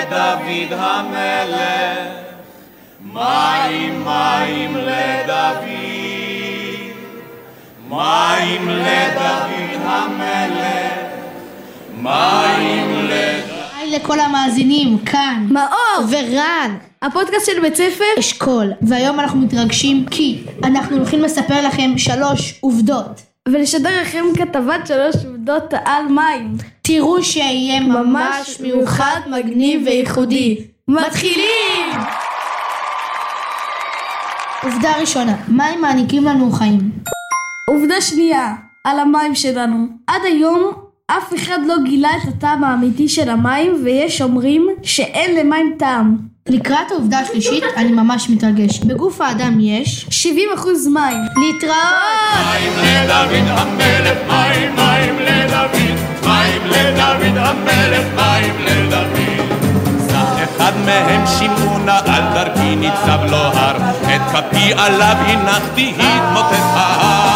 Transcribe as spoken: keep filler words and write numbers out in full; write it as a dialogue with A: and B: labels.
A: לדוד המלך, מים מים לדוד, מים לדוד המלך, מים לדוד.
B: היי לכל המאזינים, כאן
C: מאור
B: ורן,
C: הפודקאסט של בית ספר
B: אשכול, והיום אנחנו מתרגשים כי אנחנו הולכים לספר לכם שלוש עובדות
C: ולשדר לכם כתבת שלוש עובדות על מים.
B: תראו שיהיה ממש מיוחד, מגניב וייחודי. מתחילים! עובדה ראשונה, מים מעניקים לנו חיים.
C: עובדה שנייה, על המים שלנו. עד היום אף אחד לא גילה את הטעם האמיתי של המים, ויש אומרים שאין למים טעם.
B: לקראת העובדה השלישית אני ממש מתרגש. בגוף האדם יש
C: שבעים אחוז מים.
B: להתראות!
A: מים לדוד המלך, מים מים לדוד, מים לדוד המלך, מים לדוד. סך אחד מהם שמעונה, על דרכי ניצב לו הר, את כפי עליו הנחתי התמוטט ההר.